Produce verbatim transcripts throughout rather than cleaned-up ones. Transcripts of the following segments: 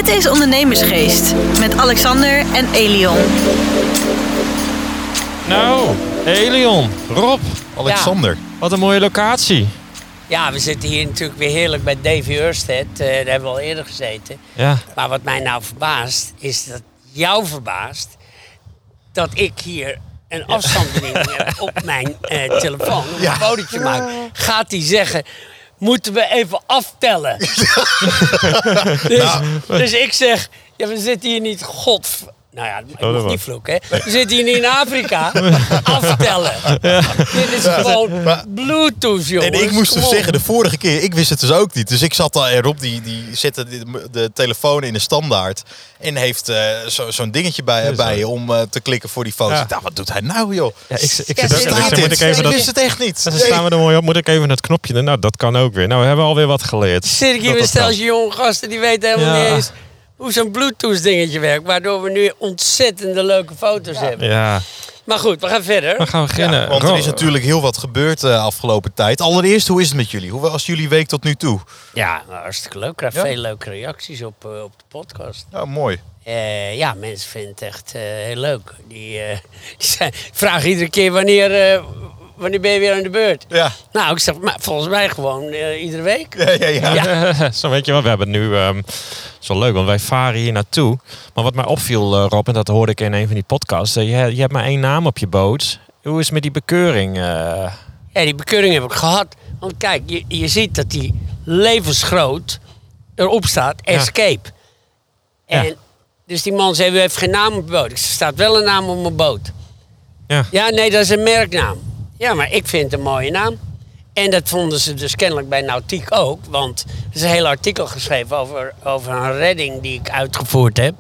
Dit is Ondernemersgeest met Alexander en Elion. Nou, Elion, Rob, Alexander. Ja. Wat een mooie locatie. Ja, we zitten hier natuurlijk weer heerlijk bij Davy Hurstead. Uh, daar hebben we al eerder gezeten. Ja. Maar wat mij nou verbaast, is dat jou verbaast dat ik hier een afstandsbediening heb op mijn uh, telefoon. Om ja. een fotootje maken. Gaat hij zeggen, moeten we even aftellen? dus, nou. dus ik zeg, ja, we zitten hier niet, god... Nou ja, ik mag niet vloeken, hè. We zitten hier niet in Afrika. Aftellen. Ja. Dit is gewoon maar, Bluetooth, jongens. En ik moest dus zeggen, de vorige keer, ik wist het dus ook niet. Dus ik zat daar erop, die, die zette de, de telefoon in de standaard. En heeft uh, zo, zo'n dingetje bij, ja, bij je om uh, te klikken voor die foto. Ja. Ik dacht, wat doet hij nou, joh? Ja, ik, ik, ja, zit ook, ik, moet ik, even dat, ik wist het echt niet. Dan staan we er mooi op. Moet ik even het knopje... Nou, dat kan ook weer. Nou, we hebben alweer wat geleerd. Zit ik hier met steltje jonge gasten, die weten helemaal ja. niet eens... hoe zo'n Bluetooth dingetje werkt, waardoor we nu ontzettende leuke foto's ja. hebben. Ja. Maar goed, we gaan verder. We gaan beginnen. Ja, want er is natuurlijk heel wat gebeurd de uh, afgelopen tijd. Allereerst, hoe is het met jullie? Hoe was jullie week tot nu toe? Ja, hartstikke leuk. Ik krijg ja? veel leuke reacties op, uh, op de podcast. Ja, mooi. Uh, ja, mensen vinden het echt uh, heel leuk. Die, uh, die zijn, vragen iedere keer wanneer... Uh, Wanneer ben je weer aan de beurt? Ja. Nou, ik zeg, maar volgens mij gewoon uh, iedere week. Ja, ja, ja. ja. Zo weet je wat, we hebben nu... Um, zo leuk, want wij varen hier naartoe. Maar wat mij opviel, uh, Rob, en dat hoorde ik in een van die podcasts. Uh, je, je hebt maar één naam op je boot. Hoe is het met die bekeuring? Uh... Ja, die bekeuring heb ik gehad. Want kijk, je, je ziet dat die levensgroot erop staat. Escape. Ja. En ja. Dus die man zei, u heeft geen naam op de boot. Er staat wel een naam op mijn boot. Ja. Ja, nee, dat is een merknaam. Ja, maar ik vind het een mooie naam. En dat vonden ze dus kennelijk bij Nautiek ook. Want er is een heel artikel geschreven over, over een redding die ik uitgevoerd heb.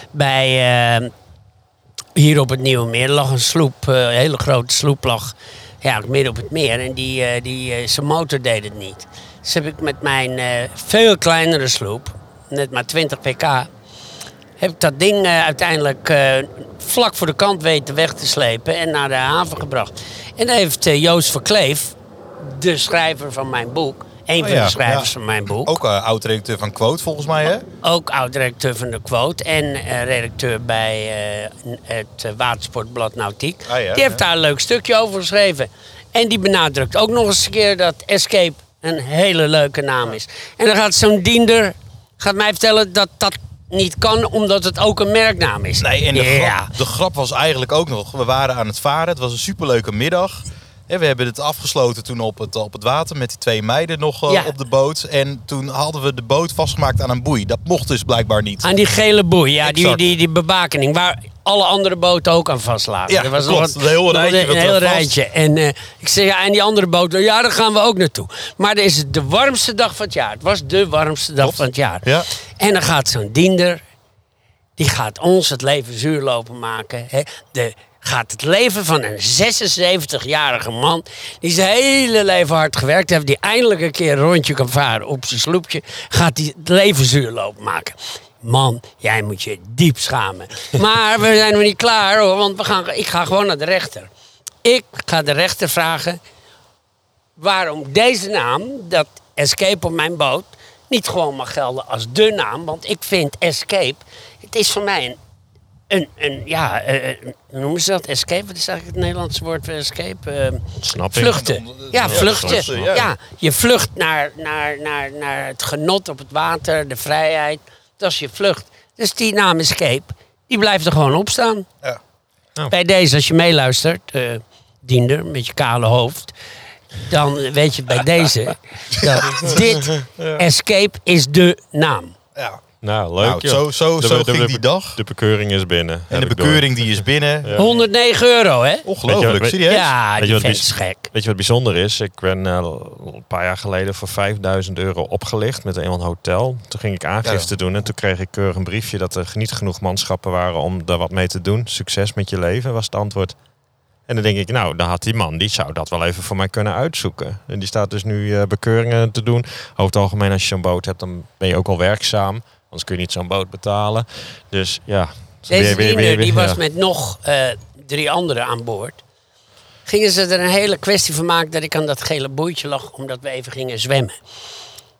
Bij, uh, hier op het Nieuwe Meer. Er lag een sloep, uh, een hele grote sloep lag ja, midden op het meer. En die, uh, die, uh, zijn motor deed het niet. Dus heb ik met mijn uh, veel kleinere sloep, net maar twintig pk... heb ik dat ding uh, uiteindelijk uh, vlak voor de kant weten weg te slepen en naar de haven gebracht. En dan heeft uh, Joost Verkleef, de schrijver van mijn boek, een oh, van ja, de schrijvers ja. van mijn boek. Ook uh, oud-redacteur van Quote volgens mij, hè? Ook oud-redacteur van de Quote en uh, redacteur bij uh, het uh, Watersportblad Nautiek. Ah, ja, die heeft ja. daar een leuk stukje over geschreven. En die benadrukt ook nog eens een keer dat Escape een hele leuke naam is. En dan gaat zo'n diender gaat mij vertellen dat dat niet kan, omdat het ook een merknaam is. Nee, en de, yeah. grap, de grap was eigenlijk ook nog... We waren aan het varen, het was een superleuke middag. En we hebben het afgesloten toen op het, op het water... met die twee meiden nog uh, ja. op de boot. En toen hadden we de boot vastgemaakt aan een boei. Dat mocht dus blijkbaar niet. Aan die gele boei, ja, die, die, die bebakening... waar alle andere boten ook aan vast lagen. Ja, er was klopt. Nog een heel rijtje. Een, een heel rijtje. En uh, ik zei, ja, en die andere boten... ja, daar gaan we ook naartoe. Maar dan is het de warmste dag van het jaar. Het was de warmste dag klopt. van het jaar. Ja. En dan gaat zo'n diender... die gaat ons het leven zuur lopen maken. Hè? De, gaat het leven van een zesenzeventigjarige man... die zijn hele leven hard gewerkt heeft... die eindelijk een keer een rondje kan varen op zijn sloepje... gaat hij het leven zuur lopen maken. Man, jij moet je diep schamen. Maar we zijn nog niet klaar, hoor, want we gaan, ik ga gewoon naar de rechter. Ik ga de rechter vragen... waarom deze naam, dat Escape op mijn boot... niet gewoon mag gelden als de naam. Want ik vind Escape... het is voor mij een... een, een ja, uh, hoe noemen ze dat? Escape? Wat is eigenlijk het Nederlandse woord voor escape? Uh, Snap ik. Vluchten. Ja, vluchten. Ja. ja, je vlucht naar, naar, naar, naar het genot op het water, de vrijheid. Dat is je vlucht. Dus die naam Escape, die blijft er gewoon op staan. Ja. Oh. Bij deze, als je meeluistert, uh, diender, met je kale hoofd... dan weet je bij deze dat dit Escape is de naam. Ja. Nou, leuk. Nou, zo zo, de, zo de, ging de, die dag. De bekeuring is binnen. En de bekeuring die is binnen. Ja. honderdnegen euro, hè? Ongelooflijk, weet, serieus? Ja, weet die vent is gek. Weet je wat bijzonder is? Ik ben uh, een paar jaar geleden voor vijfduizend euro opgelicht met een hotel. Toen ging ik aangifte ja. doen en toen kreeg ik keurig een briefje dat er niet genoeg manschappen waren om daar wat mee te doen. Succes met je leven, was het antwoord. En dan denk ik, nou, dan had die man, die zou dat wel even voor mij kunnen uitzoeken. En die staat dus nu uh, bekeuringen te doen. Over het algemeen, als je zo'n boot hebt, dan ben je ook al werkzaam. Anders kun je niet zo'n boot betalen. Dus ja. Deze weer, weer, weer, weer, die was ja. met nog uh, drie anderen aan boord. Gingen ze er een hele kwestie van maken dat ik aan dat gele boeitje lag, omdat we even gingen zwemmen.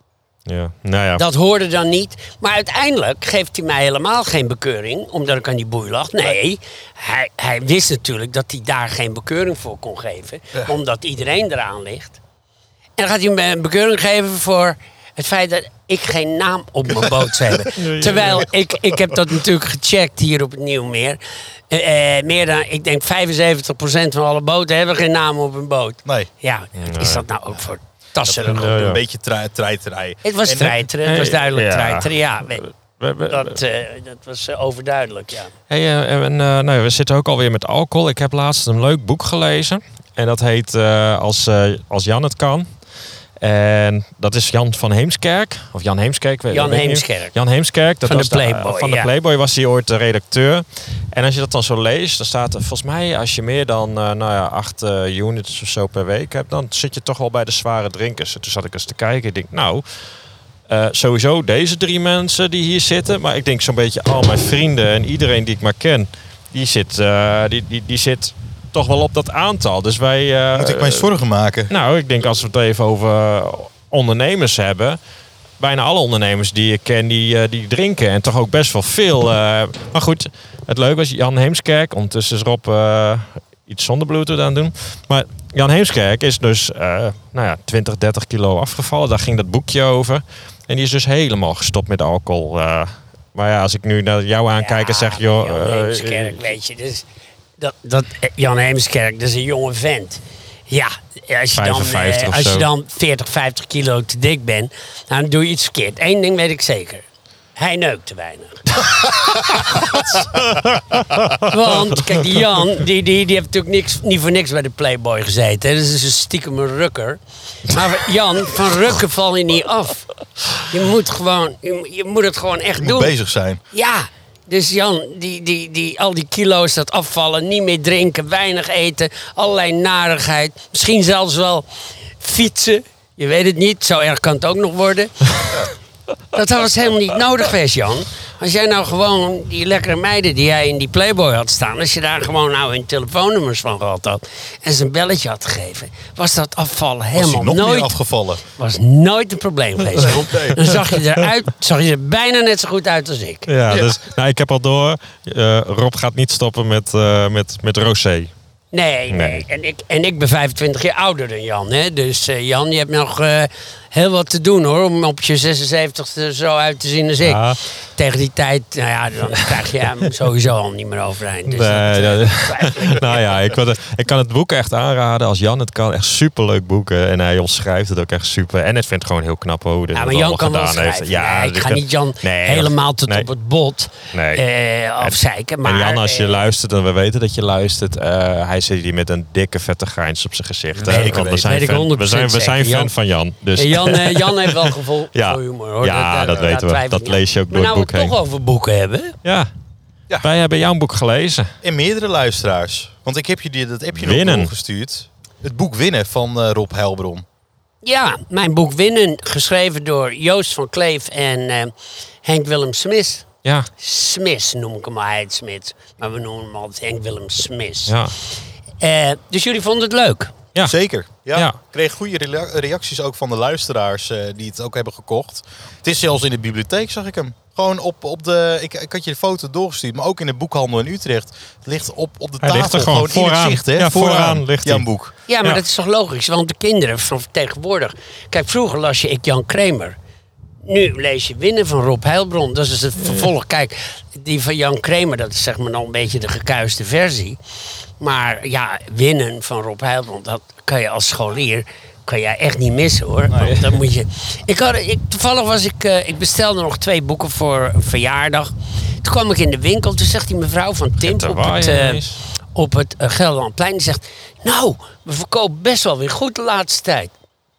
Ja. Nou ja. Dat hoorde dan niet. Maar uiteindelijk geeft hij mij helemaal geen bekeuring, omdat ik aan die boei lag. Nee, hij, hij wist natuurlijk dat hij daar geen bekeuring voor kon geven, ja. omdat iedereen eraan ligt. En dan gaat hij me een bekeuring geven voor het feit dat ik geen naam op mijn boot zou hebben. Terwijl ik, ik heb dat natuurlijk gecheckt hier op het Nieuwmeer. Uh, meer dan, ik denk vijfenzeventig procent van alle boten hebben geen naam op hun boot. Nee. Ja, wat is dat nou ook voor tassen? Dat een, een beetje tre- treiterij. Het was treiteren, het was duidelijk ja. treiteren, ja. We, we, dat, uh, dat was uh, overduidelijk, ja. Hey, uh, en, uh, nou, we zitten ook alweer met alcohol. Ik heb laatst een leuk boek gelezen. En dat heet uh, als, uh, als Jan het kan. En dat is Jan van Heemskerk. Of Jan Heemskerk. Jan Heemskerk. Jan Heemskerk. Dat van was de Playboy. De, van de ja. Playboy was hij ooit de redacteur. En als je dat dan zo leest, dan staat er volgens mij, als je meer dan uh, nou ja, acht uh, units of zo per week hebt, dan zit je toch wel bij de zware drinkers. En toen zat ik eens te kijken. Ik denk, nou, uh, sowieso deze drie mensen die hier zitten. Maar ik denk zo'n beetje al mijn vrienden en iedereen die ik maar ken, die zit, uh, die, die, die zit toch wel op dat aantal. Dus wij... Uh, Moet ik mij zorgen maken? Nou, ik denk als we het even over ondernemers hebben. Bijna alle ondernemers die ik ken, die, uh, die drinken. En toch ook best wel veel. Uh, maar goed, het leuke was Jan Heemskerk. Ondertussen is Rob uh, iets zonder bluetooth aan het doen. Maar Jan Heemskerk is dus uh, nou ja, twintig, dertig kilo afgevallen. Daar ging dat boekje over. En die is dus helemaal gestopt met alcohol. Uh, maar ja, als ik nu naar jou aankijk ja, en zeg... joh, Jan Heemskerk, uh, weet je... Dus dat, dat, Jan Heemskerk, dat is een jonge vent. Ja, als je, dan, eh, als je dan veertig, vijftig kilo te dik bent, dan doe je iets verkeerd. Eén ding weet ik zeker. Hij neukt te weinig. Want, kijk, die Jan, die, die, die heeft natuurlijk niks, niet voor niks bij de Playboy gezeten. Dat is een stiekem een rukker. Maar Jan, van rukken val je niet af. Je moet, gewoon, je, je moet het gewoon echt je doen. Moet bezig zijn. Ja. Dus Jan, die, die, die, al die kilo's, dat afvallen, niet meer drinken, weinig eten, allerlei narigheid. Misschien zelfs wel fietsen. Je weet het niet, zo erg kan het ook nog worden. Dat was helemaal niet nodig geweest, Jan. Als jij nou gewoon die lekkere meiden die jij in die Playboy had staan, als je daar gewoon nou hun telefoonnummers van gehad had en ze een belletje had gegeven, was dat afvallen helemaal was nog nooit meer afgevallen. Was nooit een probleem geweest, Jan. Nee. Dan zag je eruit, zag je er bijna net zo goed uit als ik. Ja, ja. Dus nou, ik heb al door. Uh, Rob gaat niet stoppen met, uh, met, met rosé. Nee, nee. nee. En, ik, en ik ben vijfentwintig jaar ouder dan Jan. Hè? Dus uh, Jan, je hebt nog uh, heel wat te doen hoor. Om op je zesenzeventigste zo uit te zien als ik. Ja. Tegen die tijd, nou ja, dan krijg je hem sowieso al niet meer overeind. Dus nee, dat, uh, dat, nou ja, ik, ik kan het boek echt aanraden. Als Jan het kan, echt superleuk boeken. En hij omschrijft het ook echt super. En ik vind het gewoon heel knap hoe hij ja, het maar Jan kan gedaan wel schrijven. heeft. Ja, nee, ik ga niet Jan nee, helemaal tot nee. op het bot nee. uh, afzeiken. Maar, en Jan, als je uh, luistert, en we weten dat je luistert, uh, hij zit hier met een dikke vette grijns op zijn gezicht. Nee, ik we zijn weet fan, we zijn, we zijn fan Jan, van Jan. Dus. Jan, uh, Jan heeft wel gevoel ja. voor humor. Hoor. Ja, dat, dat, dat weten we. Dat lees je ook door het boek heen. Maar nou we het toch over boeken hebben. Ja. ja, wij hebben jouw boek gelezen. En meerdere luisteraars. Want ik heb je die, dat heb je nog doorgestuurd. Het boek Winnen van uh, Rob Heilbron. Ja, mijn boek Winnen, geschreven door Joost van Kleef en uh, Henk Willem Smith. Ja. Smith noem ik hem al, hij heet Smith. Maar we noemen hem altijd Henk Willem Smith. Ja. Uh, dus jullie vonden het leuk? Ja. Zeker. Ja. ja. Ik kreeg goede reacties ook van de luisteraars uh, die het ook hebben gekocht. Het is zelfs in de bibliotheek, zag ik hem. Gewoon op, op de... Ik, ik had je de foto doorgestuurd, maar ook in de boekhandel in Utrecht. Het ligt op, op de hij tafel. Ligt er gewoon, gewoon vooraan. in het zicht, hè? Ja, vooraan, vooraan ligt jouw boek. Ja, maar ja. dat is toch logisch? Want de kinderen van tegenwoordig... Kijk, vroeger las je Ik Jan Kramer. Nu lees je Winnen van Rob Heilbron. Dat is het vervolg. Kijk, die van Jan Kramer, dat is zeg maar nog een beetje de gekuiste versie. Maar ja, Winnen van Rob Heilbron, dat kan je als scholier... kan jij echt niet missen hoor. Nee. Dan moet je... ik had, ik, toevallig was ik... Uh, ik bestelde nog twee boeken voor een verjaardag. Toen kwam ik in de winkel. Toen zegt die mevrouw van Tim op het, uh, op het uh, Gelderlandplein. Die zegt... Nou, we verkopen best wel weer goed de laatste tijd.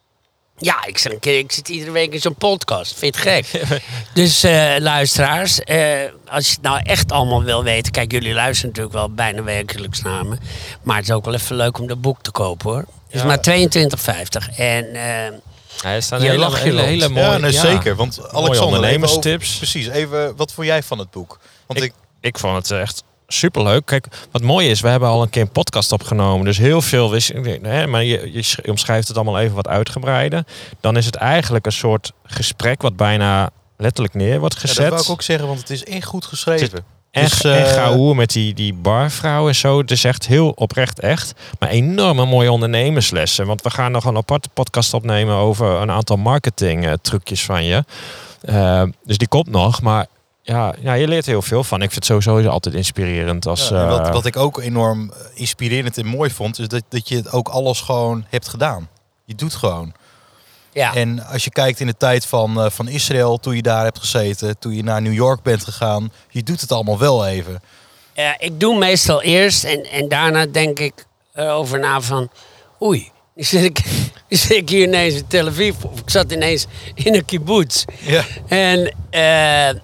Ja, ik, zeg, ik zit iedere week in zo'n podcast. Vind je het gek? Dus uh, luisteraars, uh, als je het nou echt allemaal wil weten... Kijk, jullie luisteren natuurlijk wel bijna wekelijks naar me. Maar het is ook wel even leuk om dat boek te kopen, hoor. Het is ja. maar tweeëntwintig vijftig. En uh, ja, er staan hele, hele, hele mooie... Ja, nou, ja. zeker. Want Alexander, ondernemerstips. Precies, even, wat vond jij van het boek? Want ik, ik, ik vond het echt superleuk. Kijk, wat mooi is, we hebben al een keer een podcast opgenomen. Dus heel veel wist hè, maar je, je omschrijft het allemaal even wat uitgebreider. Dan is het eigenlijk een soort gesprek wat bijna letterlijk neer wordt gezet. Ja, dat wou ik ook zeggen, want het is echt goed geschreven. En, dus, uh, en gehoer met die, die barvrouw en zo. Het is echt heel oprecht echt. Maar enorme mooie ondernemerslessen. Want we gaan nog een aparte podcast opnemen over een aantal marketing uh, trucjes van je. Uh, dus die komt nog. Maar ja, ja, je leert heel veel van. Ik vind het sowieso altijd inspirerend. Als, ja, uh, wat, wat ik ook enorm inspirerend en mooi vond, is dat, dat je het ook alles gewoon hebt gedaan. Je doet gewoon. Ja. En als je kijkt in de tijd van, uh, van Israël, toen je daar hebt gezeten, toen je naar New York bent gegaan, je doet het allemaal wel even. Ja, ik doe meestal eerst en, en daarna denk ik erover na van, oei, nu zit ik, nu zit ik hier ineens in Tel Aviv, of ik zat ineens in een kibbutz. Ja. En uh,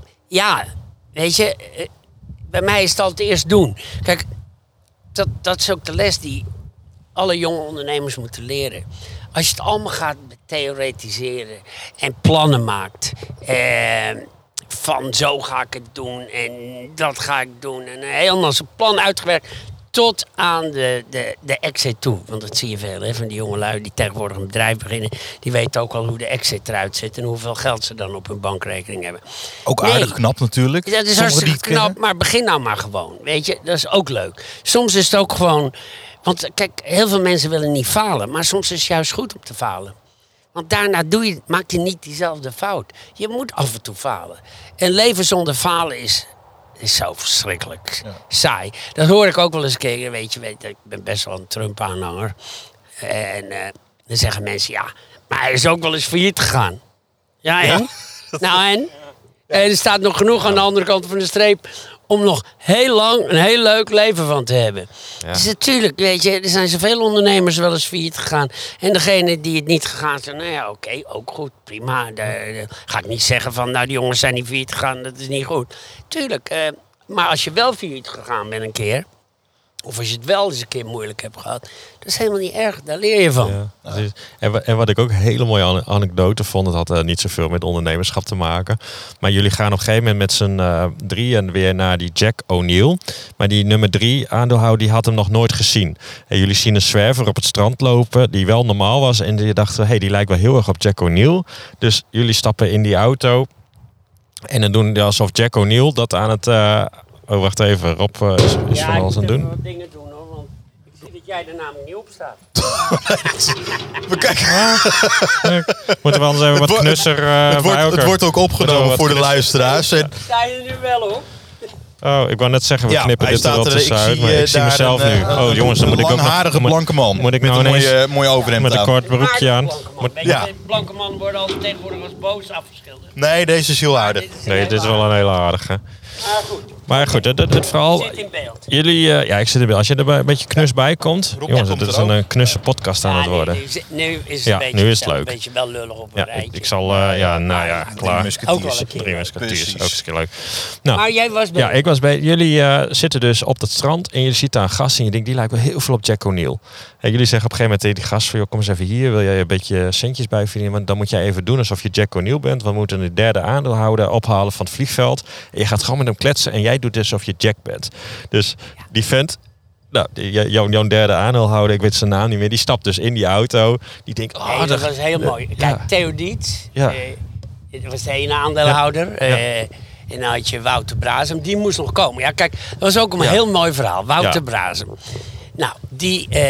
ja, weet je, bij mij is het altijd eerst doen. Kijk, dat, dat is ook de les die alle jonge ondernemers moeten leren. Als je het allemaal gaat theoretiseren en plannen maakt. Eh, van zo ga ik het doen en dat ga ik doen. En helemaal zijn plan uitgewerkt tot aan de, de, de exit toe. Want dat zie je veel hè, van die jongelui die tegenwoordig een bedrijf beginnen. Die weten ook al hoe de exit eruit zit en hoeveel geld ze dan op hun bankrekening hebben. Ook aardig nee, knap natuurlijk. Dat is hartstikke knap, maar begin nou maar gewoon. Weet je, dat is ook leuk. Soms is het ook gewoon... Want kijk, heel veel mensen willen niet falen. Maar soms is het juist goed om te falen. Want daarna doe je, maak je niet diezelfde fout. Je moet af en toe falen. En leven zonder falen is, is zo verschrikkelijk ja. saai. Dat hoor ik ook wel eens een keer. Weet je, weet, ik ben best wel een Trump-aanhanger. En uh, dan zeggen mensen, ja, maar hij is ook wel eens failliet gegaan. Ja, en? Ja. Nou, en? Ja. En er staat nog genoeg aan de andere kant van de streep... om nog heel lang een heel leuk leven van te hebben. Ja. Dus natuurlijk, weet je, er zijn zoveel ondernemers wel eens failliet gegaan. En degene die het niet gegaan zijn, nou ja, oké, okay, ook goed, prima. Daar, daar ga ik niet zeggen van, nou, die jongens zijn niet failliet gegaan, dat is niet goed. Tuurlijk, uh, maar als je wel failliet gegaan bent een keer... of als je het wel eens een keer moeilijk hebt gehad... dat is helemaal niet erg, daar leer je van. Ja, ja. En, en wat ik ook een hele mooie anekdote vond... het had uh, niet zoveel met ondernemerschap te maken... maar jullie gaan op een gegeven moment met z'n uh, drieën weer naar die Jack O'Neill... maar die nummer drie aandeelhouder die had hem nog nooit gezien. En jullie zien een zwerver op het strand lopen... die wel normaal was en die dachten... hé, hey, die lijkt wel heel erg op Jack O'Neill. Dus jullie stappen in die auto... en dan doen alsof Jack O'Neill dat aan het... Uh, Oh, wacht even. Rob uh, is, is ja, van alles aan het doen. Ja, ik moet wat dingen doen hoor, want ik zie dat jij er namelijk niet op staat. We kijken. Ja, moeten we anders even wat knusser uh, het, wordt, het wordt ook opgenomen voor de luisteraars. En... Sta je er nu wel op? Oh, ik wou net zeggen, we ja, knippen dit er wel tussenuit, maar ik zie mezelf een, nu. Oh jongens, dan moet ik ook nog... langharige blanke man. Moet ik met nou een mooie, mooie overhemd met een kort broekje aan. Moet, ja. De blanke mannen worden altijd tegenwoordig als boos afgeschilderd. Nee, deze is heel aardig. Ja, dit is nee, dit is wel een hele aardige. Maar goed. Maar goed, het, het, het vooral... Je zit in beeld. Jullie, uh, ja, ik zit in beeld. Als je er een beetje knus bij komt... Rob, jongens, het is een uh, knusse podcast aan ja, het worden. Nu, nu, nu is het, ja, een, beetje, nu is het leuk. een beetje wel lullig op een ja, rijtje. Ik, ik zal, uh, ja, nou ja, klaar. Ook wel een keer. Drie musketiers, ook eens een keer leuk. Nou, maar jij was bij... Ja, ik was bij... Jullie uh, zitten dus op dat strand en jullie ziet daar een gast en je denkt, die lijkt wel heel veel op Jack O'Neill. En jullie zeggen op een gegeven moment tegen die gast van, joh, kom eens even hier, wil jij een beetje centjes bijverdienen? Want dan moet jij even doen alsof je Jack O'Neill bent. Want we moeten een derde aandeelhouder ophalen van het vliegveld. En je gaat gewoon met hem kletsen en jij doet dus alsof je Jack bent. Dus ja. die vent... Nou, jouw, jouw derde aandeelhouder, ik weet zijn naam niet meer, die stapt dus in die auto. Die denkt, oh, nee, dat, dat was heel mooi. Kijk, ja. Theo Dietz, ja. uh, dat was de ene aandeelhouder. Ja. Uh, ja. En dan had je Wouter Brazem, die moest nog komen. Ja, kijk, dat was ook een ja. heel mooi verhaal. Wouter ja. Brazem. Nou, die... Uh,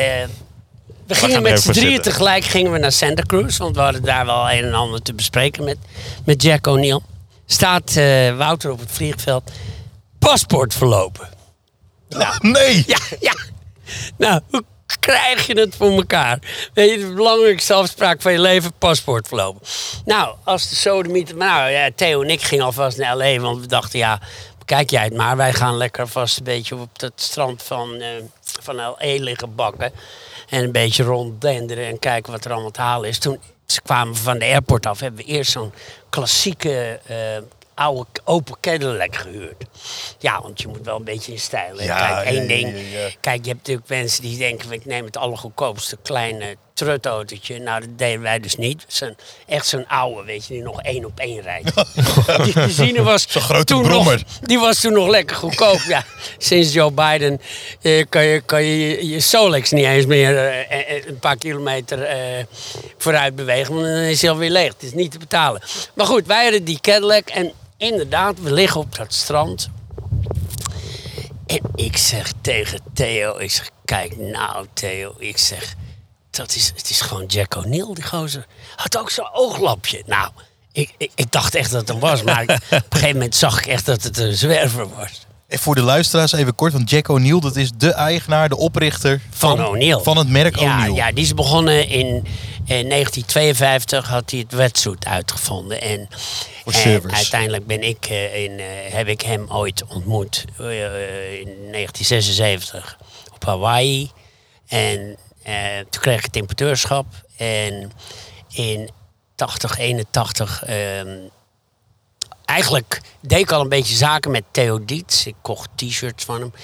we gingen met z'n drieën tegelijk gingen we naar Santa Cruz, want we hadden daar wel een en ander te bespreken met, met Jack O'Neill. Staat uh, Wouter op het vliegveld, paspoort verlopen. Nou, nee! Ja, ja. Nou, hoe krijg je het voor elkaar? Weet je, de belangrijkste afspraak van je leven, paspoort verlopen. Nou, als de sodemieter... Nou ja, Theo en ik gingen alvast naar L A, want we dachten, ja, kijk jij het maar. Wij gaan lekker vast een beetje op het strand van, uh, van L A liggen bakken. En een beetje ronddenderen en kijken wat er allemaal te halen is. Toen ze kwamen van de airport af, hebben we eerst zo'n klassieke... Uh, oude open Cadillac gehuurd. Ja, want je moet wel een beetje in stijl. Ja, kijk, één ja, ding. ja, ja. Kijk, je hebt natuurlijk mensen die denken, ik neem het allergoedkoopste kleine trutautootje. Nou, dat deden wij dus niet. Zo'n, echt zo'n oude, weet je, die nog één op één rijdt. Die benzine was zo'n grote toen brommer. nog, die was toen nog lekker goedkoop. Ja, sinds Joe Biden eh, kan, je, kan je je je Solex niet eens meer uh, een paar kilometer uh, vooruit bewegen. Want dan is hij alweer leeg. Het is niet te betalen. Maar goed, wij hadden die Cadillac en inderdaad, we liggen op dat strand. En ik zeg tegen Theo, ik zeg, kijk nou Theo, ik zeg, dat is, het is gewoon Jack O'Neill, die gozer. Had ook zo'n ooglapje. Nou, ik, ik, ik dacht echt dat het hem was, maar ik, op een gegeven moment zag ik echt dat het een zwerver was. En voor de luisteraars even kort, want Jack O'Neill, dat is de eigenaar, de oprichter van, Van O'Neill. Van het merk Ja, O'Neill. ja, die is begonnen in, in negentien tweeënvijftig, had hij het wetsuit uitgevonden. En, Voor en servers. uiteindelijk ben ik, uh, in, uh, heb ik hem ooit ontmoet uh, in negentien zesenzeventig op Hawaii. En uh, toen kreeg ik het importeurschap. En in tachtig, eenentachtig... Um, Eigenlijk deed ik al een beetje zaken met Theo Dietz. Ik kocht t-shirts van hem.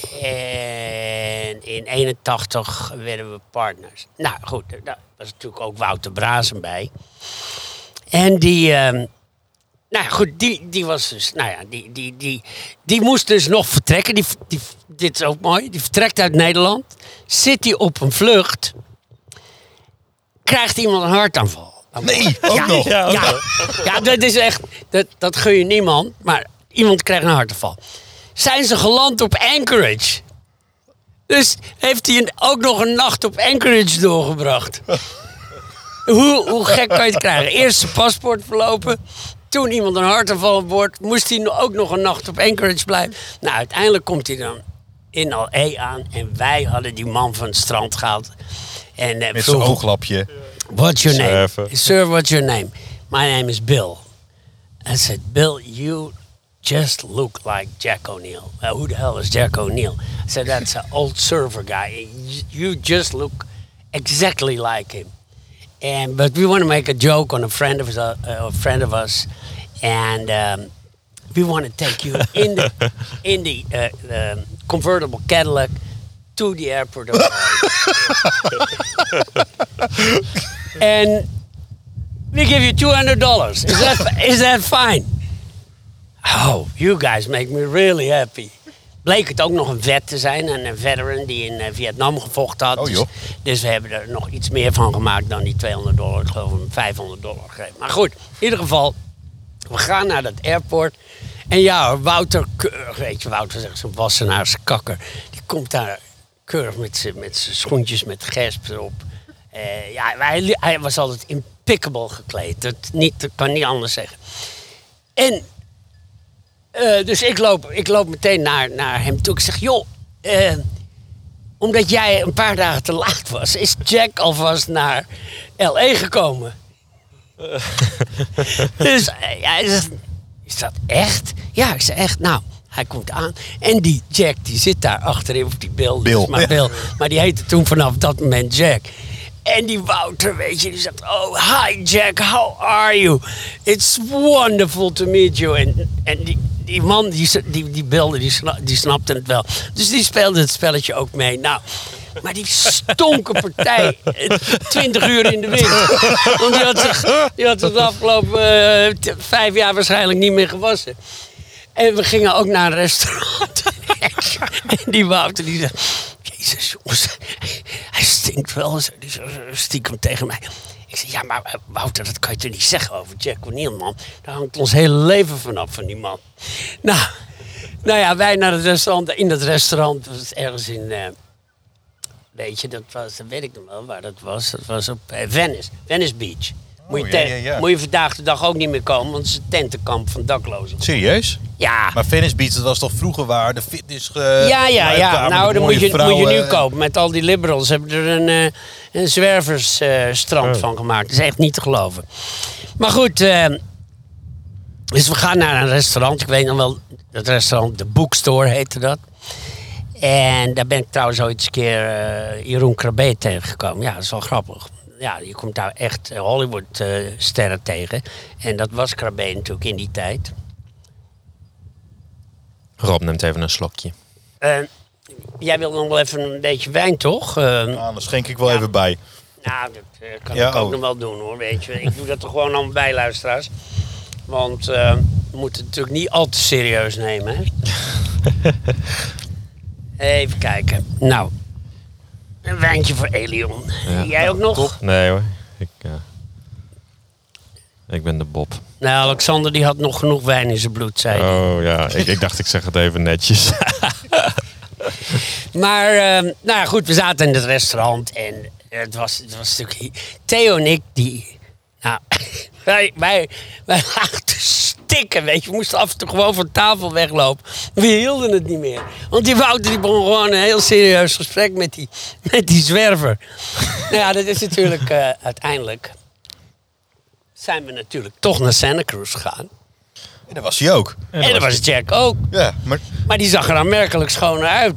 En in eenentachtig werden we partners. Nou goed, daar was natuurlijk ook Wouter Brazen bij. En die... Um, nou ja, goed, die, die was dus... Nou ja, die, die, die, die moest dus nog vertrekken. Die, die, dit is ook mooi. Die vertrekt uit Nederland. Zit hij op een vlucht. Krijgt iemand een hartaanval. Nee, ook ja, nog. Ja, ook ja, ja, dat is echt... Dat, dat gun je niemand. Maar iemand krijgt een hartaanval. Zijn ze geland op Anchorage. Dus heeft hij een, ook nog een nacht op Anchorage doorgebracht. hoe, hoe gek kan je het krijgen? Eerst zijn paspoort verlopen. Toen iemand een hartaanval op boord. Moest hij ook nog een nacht op Anchorage blijven. Nou, uiteindelijk komt hij dan in L A aan. En wij hadden die man van het strand gehaald. En, uh, Met zijn vroegen, ooglapje. What's your name? Surfer. Sir, what's your name? My name is Bill. I said, Bill, you just look like Jack O'Neill. Uh, who the hell is Jack O'Neill? I said, that's an old surfer guy. You just look exactly like him. And but we want to make a joke on a friend of us, uh, a friend of us, and um, we want to take you in the in the uh, um, convertible Cadillac to the airport. Of and we give you two hundred dollars. Is that is that fine? Oh, you guys make me really happy. Bleek het ook nog een vet te zijn, een veteran die in uh, Vietnam gevochten had. Oh, dus, joh. dus we hebben er nog iets meer van gemaakt dan die tweehonderd dollar. Ik geloof hem vijfhonderd dollar gegeven. Maar goed, in ieder geval, we gaan naar dat airport. En ja, hoor, Wouter keurig, weet je, Wouter zegt zo'n wassenaars kakker. Die komt daar keurig met zijn met zijn schoentjes met gesp erop. Uh, ja, hij, hij was altijd impeccable gekleed. Dat, niet, dat kan niet anders zeggen. En... Uh, dus ik loop, ik loop meteen naar, naar hem toe. Ik zeg, joh, uh, omdat jij een paar dagen te laat was... is Jack alvast naar L A gekomen. Dus uh, hij zegt, is dat echt? Ja, ik zeg echt. Nou, hij komt aan. En die Jack, die zit daar achterin op die beeld. Bill. Maar, Bill, maar die heette toen vanaf dat moment Jack. En die Wouter, weet je, die zegt... Oh, hi Jack, how are you? It's wonderful to meet you. En, en die, die man, die, die, die beelden, die, sna, die snapte het wel. Dus die speelde het spelletje ook mee. Nou, maar die stonken partij, twintig uur in de wind. Want die had zich, die had zich de afgelopen uh, t- vijf jaar waarschijnlijk niet meer gewassen. En we gingen ook naar een restaurant. En die Wouter, die zegt... Jezus, jongens, hij stinkt wel. Die stiekem tegen mij. Ik zeg, ja, maar Wouter, dat kan je toch niet zeggen over Jack O'Neill, man. Daar hangt ons hele leven vanaf, van die man. Nou, nou ja, wij naar het restaurant. In dat restaurant was het ergens in... Uh, weet je, dat, was, dat weet ik nog wel waar dat was. Dat was op uh, Venice, Venice Beach. Moet je, Oh, te- ja, ja, ja. moet je vandaag de dag ook niet meer komen, want het is een tentenkamp van daklozen. Serieus? Ja. Maar Venice Beach, dat was toch vroeger waar de fitness... Uh, Ja, ja, ja. Nou, dan moet je, moet je nu kopen. kopen. Met al die liberals hebben er een, uh, een zwerversstrand Oh. van gemaakt. Dat is echt niet te geloven. Maar goed, uh, dus we gaan naar een restaurant. Ik weet nog wel, dat restaurant, de Bookstore heette dat. En daar ben ik trouwens ooit eens een keer uh, Jeroen Krabbe tegengekomen. Ja, dat is wel grappig. Ja, je komt daar echt uh, Hollywood-sterren uh, tegen. En dat was Krabbe natuurlijk in die tijd. Rob neemt even een slokje. Uh, jij wil nog wel even een beetje wijn, toch? Uh, Ah, dan schenk ik wel even bij. Nou, dat uh, kan Ja, ik ook oh. nog wel doen hoor, weet je. Ik doe dat er gewoon allemaal bij, luisteraars. Want uh, we moeten het natuurlijk niet al te serieus nemen, hè. Even kijken. Nou, een wijntje voor Elion. Ja. Jij ook nog? Nee hoor, ik, uh, ik ben de Bob. Nee, Alexander die had nog genoeg wijn in zijn bloed, zei hij. Oh ja, ik, ik dacht ik zeg het even netjes. Maar, uh, nou ja, goed, we zaten in het restaurant en het was, het was natuurlijk... Theo en ik, die... Nou, wij, wij, wij lagen te stikken, weet je. We moesten af en toe gewoon van tafel weglopen. We hielden het niet meer. Want die Wouter die begon gewoon een heel serieus gesprek met die, met die zwerver. Nou ja, dat is natuurlijk uh, uiteindelijk... zijn we natuurlijk toch naar Santa Cruz gegaan. En dat was hij ook. En, en dat was Jack ook. Ja, maar... Maar die zag er aanmerkelijk schoner uit.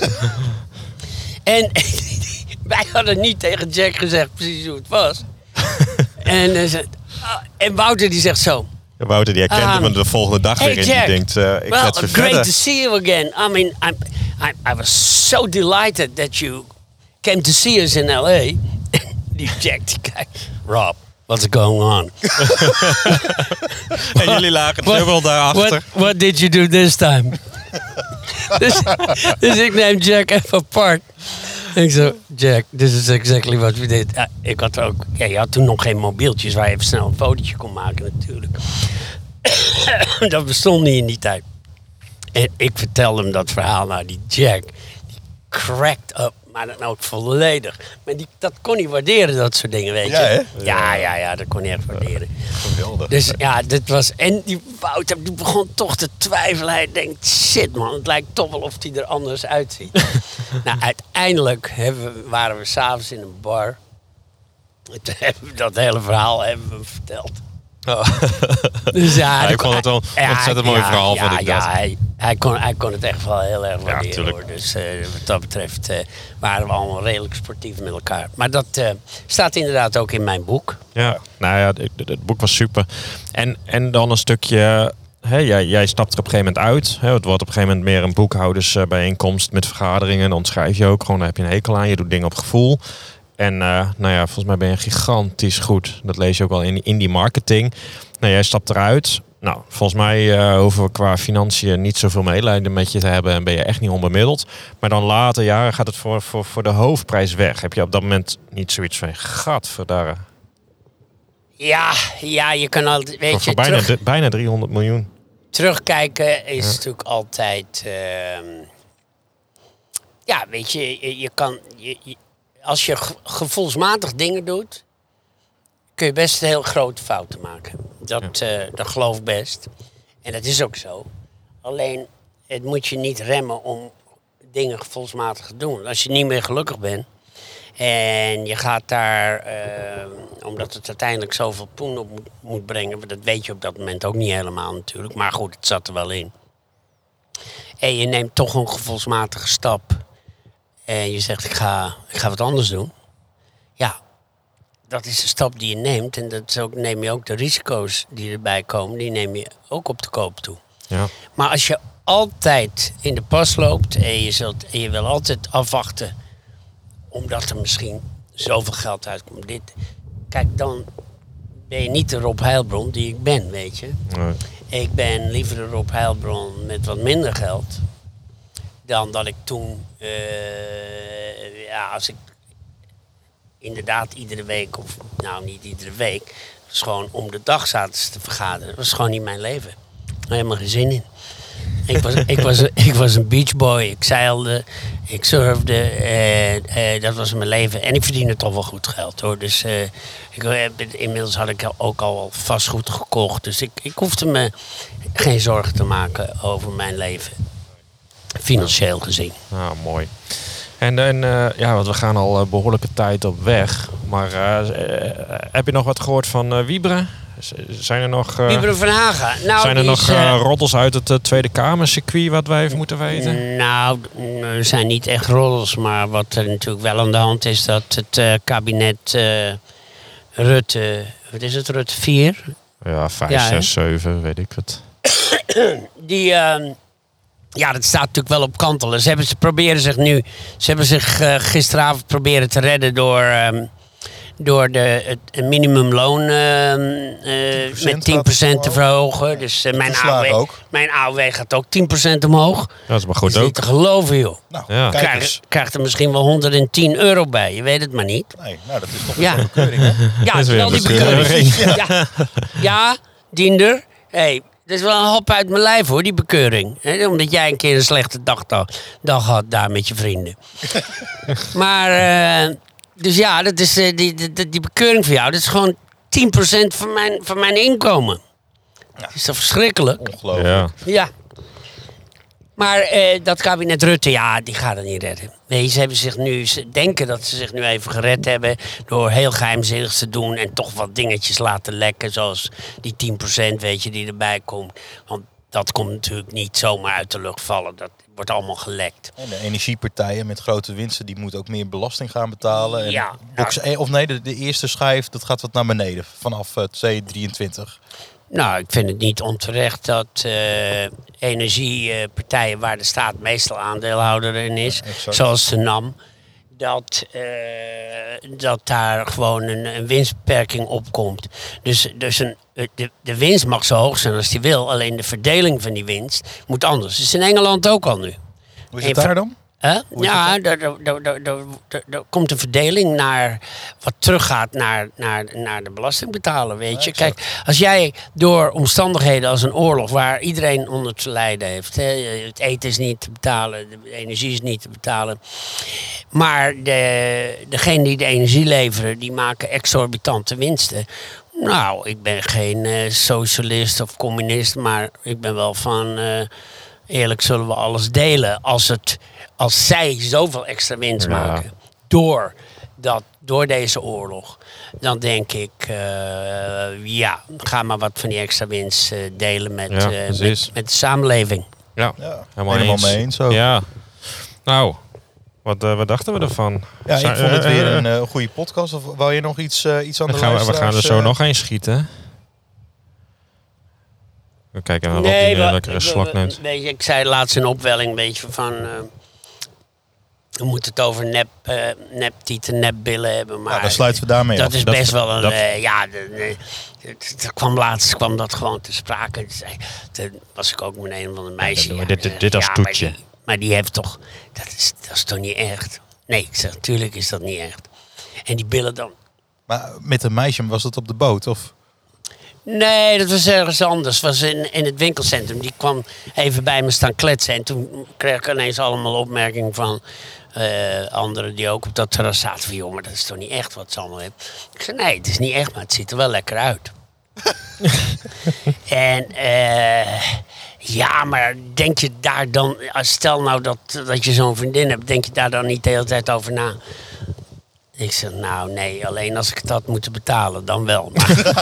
En wij hadden niet tegen Jack gezegd precies hoe het was. en, uh, ze, uh, en Wouter die zegt zo... Wouter die herkende Um, me de volgende dag hey weer in. Jack, Die denkt, uh, ik well, zet ze great verder. to see you again. I mean, I'm, I, I was so delighted that you came to see us in L A. Die Jack die kijkt... Rob, what's going on? En jullie lagen dubbel daarachter. What, what did you do this time? dus, dus ik neem Jack even apart. Ik zo, Jack, this is exactly what we did. Ja, ik had ook, ja, je had toen nog geen mobieltjes waar je even snel een fotootje kon maken natuurlijk. Dat bestond niet in die tijd. En ik vertelde hem dat verhaal. Nou, die Jack, die cracked up. Maar dan ook volledig. Maar die, dat kon hij waarderen, dat soort dingen, weet je. Ja, hè? Ja, ja, ja, dat kon hij echt waarderen. Geweldig. Dus ja, dit was... En die Wouter die begon toch te twijfelen. Hij denkt, shit man, het lijkt toch wel of hij er anders uitziet. Nou, uiteindelijk hebben we, waren we s'avonds in een bar. En toen hebben we dat hele verhaal hebben we hem verteld. Oh. Dus ja, Hij dat- vond het wel een ontzettend mooi verhaal, ja, vond ik ja, dat. hij, hij, kon, hij kon het echt wel heel erg waarderen, tuurlijk. hoor. Dus uh, wat dat betreft uh, waren we allemaal redelijk sportief met elkaar. Maar dat uh, staat inderdaad ook in mijn boek. Ja, nou ja, het, het boek was super. En, en dan een stukje... Hè, jij, jij stapt er op een gegeven moment uit. Hè, het wordt op een gegeven moment meer een boekhoudersbijeenkomst met vergaderingen. Dan schrijf je ook gewoon, daar heb je een hekel aan. Je doet dingen op gevoel. En uh, nou ja, volgens mij ben je gigantisch goed. Dat lees je ook wel in, in die marketing. Nou, jij stapt eruit. Nou, volgens mij uh, hoeven we qua financiën niet zoveel medelijden met je te hebben. En ben je echt niet onbemiddeld. Maar dan later jaren gaat het voor, voor, voor de hoofdprijs weg. Heb je op dat moment niet zoiets van, gadverdarre. Ja, ja, je kan altijd, weet Voor, je, voor bijna, terug, de- bijna driehonderd miljoen. terugkijken is Ja. natuurlijk altijd... ehm, ja, weet je, je, je kan... Je, je- als je ge- gevoelsmatig dingen doet... kun je best heel grote fouten maken. Dat, eh, dat geloof ik best. En dat is ook zo. Alleen, het moet je niet remmen om dingen gevoelsmatig te doen. Als je niet meer gelukkig bent... en je gaat daar... eh, omdat het uiteindelijk zoveel poen op moet, moet brengen... maar dat weet je op dat moment ook niet helemaal natuurlijk. Maar goed, het zat er wel in. En je neemt toch een gevoelsmatige stap... en je zegt, ik ga, ik ga wat anders doen. Ja, dat is de stap die je neemt. En dat is ook, neem je ook de risico's die erbij komen... die neem je ook op de koop toe. Ja. Maar als je altijd in de pas loopt... en je, zult, en je wil altijd afwachten... omdat er misschien zoveel geld uitkomt. Dit, kijk, dan ben je niet de Rob Heilbron die ik ben, weet je. Nee. Ik ben liever de Rob Heilbron met wat minder geld... dan dat ik toen... eh, ja, als ik inderdaad iedere week... of nou, niet iedere week... dus gewoon om de dag zaten ze te vergaderen. Dat was gewoon niet mijn leven. Daar had helemaal geen zin in. Ik was, ik, was, ik was een beachboy. Ik zeilde, ik surfde. Eh, eh, dat was mijn leven. En ik verdiende toch wel goed geld, hoor. Dus eh, ik, eh, inmiddels had ik ook al vastgoed gekocht. Dus ik, ik hoefde me geen zorgen te maken over mijn leven. Financieel gezien. Ah, mooi. En, en uh, ja, want we gaan al uh, behoorlijke tijd op weg. Maar uh, uh, heb je nog wat gehoord van uh, Wiebren? Z- Zijn er nog, uh, Wiebren van Haga. Nou, zijn er die nog is, uh, eh, roddels uit het uh, Tweede Kamercircuit wat wij even moeten weten? Nou, er zijn niet echt roddels. Maar wat er natuurlijk wel aan de hand is... dat het uh, kabinet uh, Rutte... Wat is het? Rutte vier? Ja, vijf, Ja, hè? zes, zeven, weet ik het. Die... Uh, Ja, dat staat natuurlijk wel op kantelen. Ze, hebben, ze proberen zich nu... Ze hebben zich uh, gisteravond proberen te redden door... Um, door de, het minimumloon uh, uh, met tien procent te verhogen. Dus uh, mijn, A O W, mijn A O W gaat ook tien procent omhoog. Dat is maar goed ook. ook. Niet te geloven, joh. Nou, ja. Krijg, krijgt er misschien wel honderdtien euro bij. Je weet het maar niet. Nee, nou dat is toch ja. een bekeuring, hè? Ja, dat is wel die bekeuring. Ja, ja Diender. Hey, dat is wel een hop uit mijn lijf hoor, die bekeuring. He, omdat jij een keer een slechte dag, dag had daar met je vrienden. Maar, uh, dus ja, dat is, uh, die, die, die bekeuring voor jou, dat is gewoon tien procent van mijn, van mijn inkomen. Ja. Is dat verschrikkelijk? Ongelooflijk. Ja. Ja. Maar uh, dat kabinet Rutte, ja, die gaat het niet redden. Nee, ze hebben zich nu, ze denken dat ze zich nu even gered hebben door heel geheimzinnig te doen en toch wat dingetjes laten lekken, zoals die tien procent, weet je, die erbij komt. Want dat komt natuurlijk niet zomaar uit de lucht vallen. Dat wordt allemaal gelekt. En de energiepartijen met grote winsten, die moeten ook meer belasting gaan betalen. En ja. box, of nee, de, de eerste schijf, dat gaat wat naar beneden vanaf uh, tweeduizend drieëntwintig. Nou, ik vind het niet onterecht dat uh, energiepartijen waar de staat meestal aandeelhouder in is, ja, zoals de N A M, dat, uh, dat daar gewoon een, een winstbeperking op komt. Dus, dus een, de, de winst mag zo hoog zijn als die wil, alleen de verdeling van die winst moet anders. Dat is in Engeland ook al nu. Hoe is het daar dan? Huh? Ja, er komt een verdeling naar wat teruggaat naar, naar, naar de belastingbetaler, weet je. Ja, kijk, als jij door omstandigheden als een oorlog waar iedereen onder te lijden heeft, hè, het eten is niet te betalen, de energie is niet te betalen, maar de, degene die de energie leveren, die maken exorbitante winsten. Nou, ik ben geen uh, socialist of communist, maar ik ben wel van, uh, eerlijk zullen we alles delen als het... Als zij zoveel extra winst ja. maken door, dat, door deze oorlog, dan denk ik, uh, ja, ga maar wat van die extra winst uh, delen met, ja, uh, met, met de samenleving. Ja, ja helemaal, helemaal mee eens. Zo. Ja. Nou, wat, uh, wat dachten we ervan? Ja, ik vond het weer een uh, goede podcast. Of wou je nog iets, uh, iets aan de gaan we, we gaan er zo uh, nog eens schieten. We kijken naar nee, Rob die een lekkere slok neemt. Weet je, ik zei laatst een opwelling een beetje van... Uh, we moeten het over nep, uh, nep tieten, nep billen hebben. Maar ja, dan sluiten we daarmee dat af. is dat best is, wel een... Dat... Uh, ja, de, de, de, de, kwam laatst kwam dat gewoon te sprake. Toen was ik ook met een van de meisjes. Ja, ja, dit, dit, dit als ja, toetje. Maar die, maar die heeft toch... Dat is, dat is toch niet echt? Nee, ik zeg, natuurlijk is dat niet echt. En die billen dan... Maar met een meisje, was dat op de boot? Of... Nee, dat was ergens anders. Dat was in, in het winkelcentrum. Die kwam even bij me staan kletsen. En toen kreeg ik ineens allemaal opmerkingen van... Uh, anderen die ook op dat terras zaten van... joh, maar dat is toch niet echt wat ze allemaal hebben. Ik zei, nee, het is niet echt, maar het ziet er wel lekker uit. En uh, ja, maar denk je daar dan... Stel nou dat, dat je zo'n vriendin hebt... denk je daar dan niet de hele tijd over na? Ik zeg, nou nee, alleen als ik het had moeten betalen, dan wel. Maar,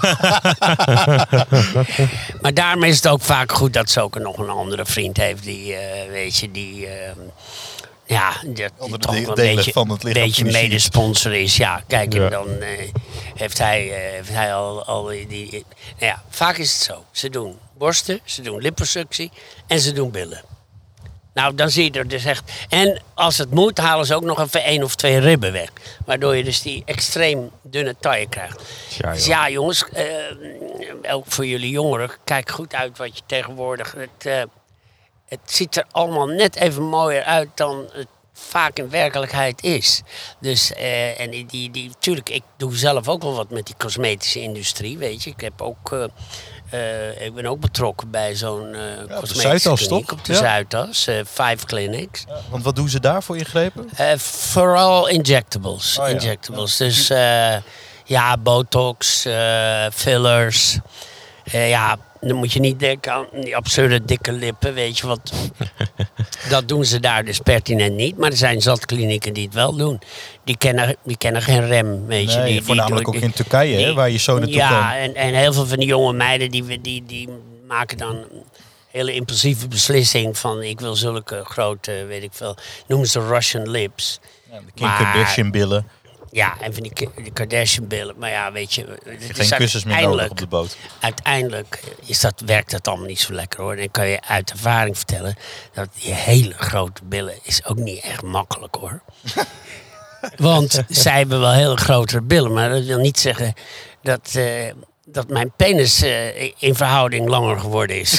maar daarom is het ook vaak goed dat ze ook nog een andere vriend heeft... die, uh, weet je, die... Uh, Ja, dat onder de toch de- wel delen een beetje, van het lichaam beetje financiert. medesponsor is. Ja, kijk, Ja. en dan uh, heeft, hij, uh, heeft hij al, al die... die nou ja, vaak is het zo. Ze doen borsten, ze doen liposuctie en ze doen billen. Nou, dan zie je er dus echt... En als het moet, halen ze ook nog even één of twee ribben weg. Waardoor je dus die extreem dunne taille krijgt. Ja, dus ja, jongens, uh, ook voor jullie jongeren... kijk goed uit wat je tegenwoordig... Het, uh, het ziet er allemaal net even mooier uit dan het vaak in werkelijkheid is. Dus, uh, en die, die, die, tuurlijk, ik doe zelf ook wel wat met die cosmetische industrie, weet je. Ik heb ook... Uh, Uh, ik ben ook betrokken bij zo'n uh, ja, cosmetische kliniek op de ja. Zuidas, uh, Five Clinics. Ja, want wat doen ze daar voor ingrepen? Uh, vooral injectables. Oh, ja. injectables. Ja. Dus uh, ja, botox, uh, fillers. Uh, ja, dan moet je niet denken aan die absurde dikke lippen, weet je wat. Dat doen ze daar dus pertinent niet. Maar er zijn zat klinieken die het wel doen. Die kennen, die kennen geen rem, weet je. Nee, die, voornamelijk die, ook in Turkije, die, hè, waar je zo naartoe ja, kan. Ja, en, en heel veel van die jonge meiden die, die, die maken dan een hele impulsieve beslissing van... ik wil zulke grote, weet ik veel, noemen ze Russian lips. Ja, de Kim Kardashian billen. Ja, en van die, die Kardashian-billen. Maar ja, weet je... Het is geen kussens meer nodig op de boot. Uiteindelijk is dat, werkt dat allemaal niet zo lekker, hoor. En ik kan je uit ervaring vertellen... dat die hele grote billen is ook niet echt makkelijk, hoor. Want zij hebben wel hele grotere billen. Maar dat wil niet zeggen dat... Uh, dat mijn penis uh, in verhouding langer geworden is.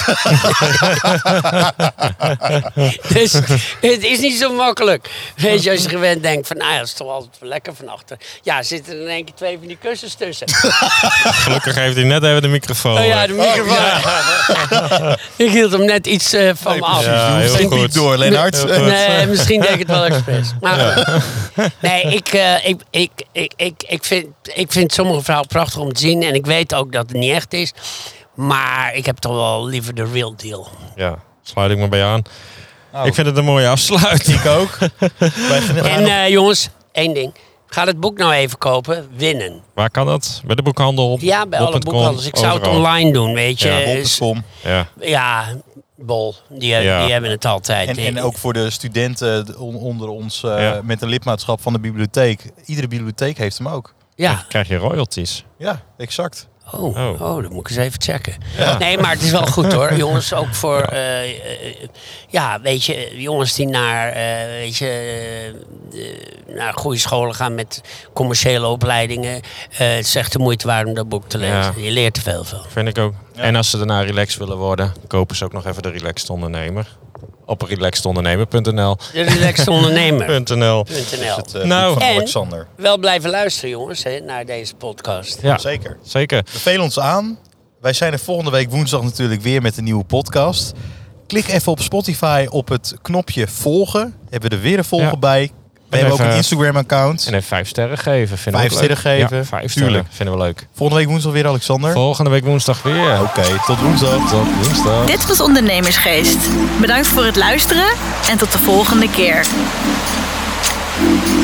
Dus het is niet zo makkelijk. Weet je, als je gewend denkt van, nou ja, dat is toch altijd wel lekker van achter. Ja, zitten er in één keer twee van die kussens tussen. Gelukkig heeft hij net even de microfoon. Oh ja, de microfoon. Oh, ja. Ik hield hem net iets uh, van nee, me af. Ja, heel goed. Niet door, Lennart. Nee, nee, misschien denk ik het wel expres. Maar ja. nee, ik, uh, ik, ik, ik, ik, ik, vind, ik vind sommige verhalen prachtig om te zien. En ik weet ook dat het niet echt is. Maar ik heb toch wel liever de real deal. Ja, sluit ik me bij aan. Oh. Ik vind het een mooie afsluiting. Ik ook. En uh, jongens, één ding. Ga het boek nou even kopen. Winnen. Waar kan dat? Bij de boekhandel? Ja, bij alle boekhandels. Ik zou het online doen, weet je. Ja, bol punt com. Ja. Ja, Bol. Die, ja. die hebben het altijd. En, en ook voor de studenten onder ons uh, ja. met een lidmaatschap van de bibliotheek. Iedere bibliotheek heeft hem ook. Ja. Dan krijg je royalties. Ja, exact. Oh, oh. oh, dat moet ik eens even checken. Ja. Nee, maar het is wel goed hoor. Jongens, ook voor... Uh, uh, ja, weet je, jongens die naar, uh, weet je, uh, naar goede scholen gaan met commerciële opleidingen. Uh, het is echt de moeite waard om dat boek te lezen. Ja. Je leert er veel van. Vind ik ook. Ja. En als ze daarna relaxed willen worden, kopen ze ook nog even de Relaxed Ondernemer. Op relaxed ondernemer punt n l. De relaxed ondernemer punt n l. Het, uh, nou, van en Alexander. Wel blijven luisteren, jongens, hè, naar deze podcast. Ja, zeker. zeker. Beveel ons aan. Wij zijn er volgende week woensdag natuurlijk weer met een nieuwe podcast. Klik even op Spotify op het knopje volgen. Hebben we er weer een volgen ja. bij. We en hebben even, ook een Instagram-account. En even vijf sterren geven. Vinden vijf we sterren geven. Ja, vijf sterren. Vinden we leuk. Volgende week woensdag weer, Alexander. Volgende week woensdag weer. Oké, okay, tot woensdag. Tot woensdag. Dit was Ondernemersgeest. Bedankt voor het luisteren en tot de volgende keer.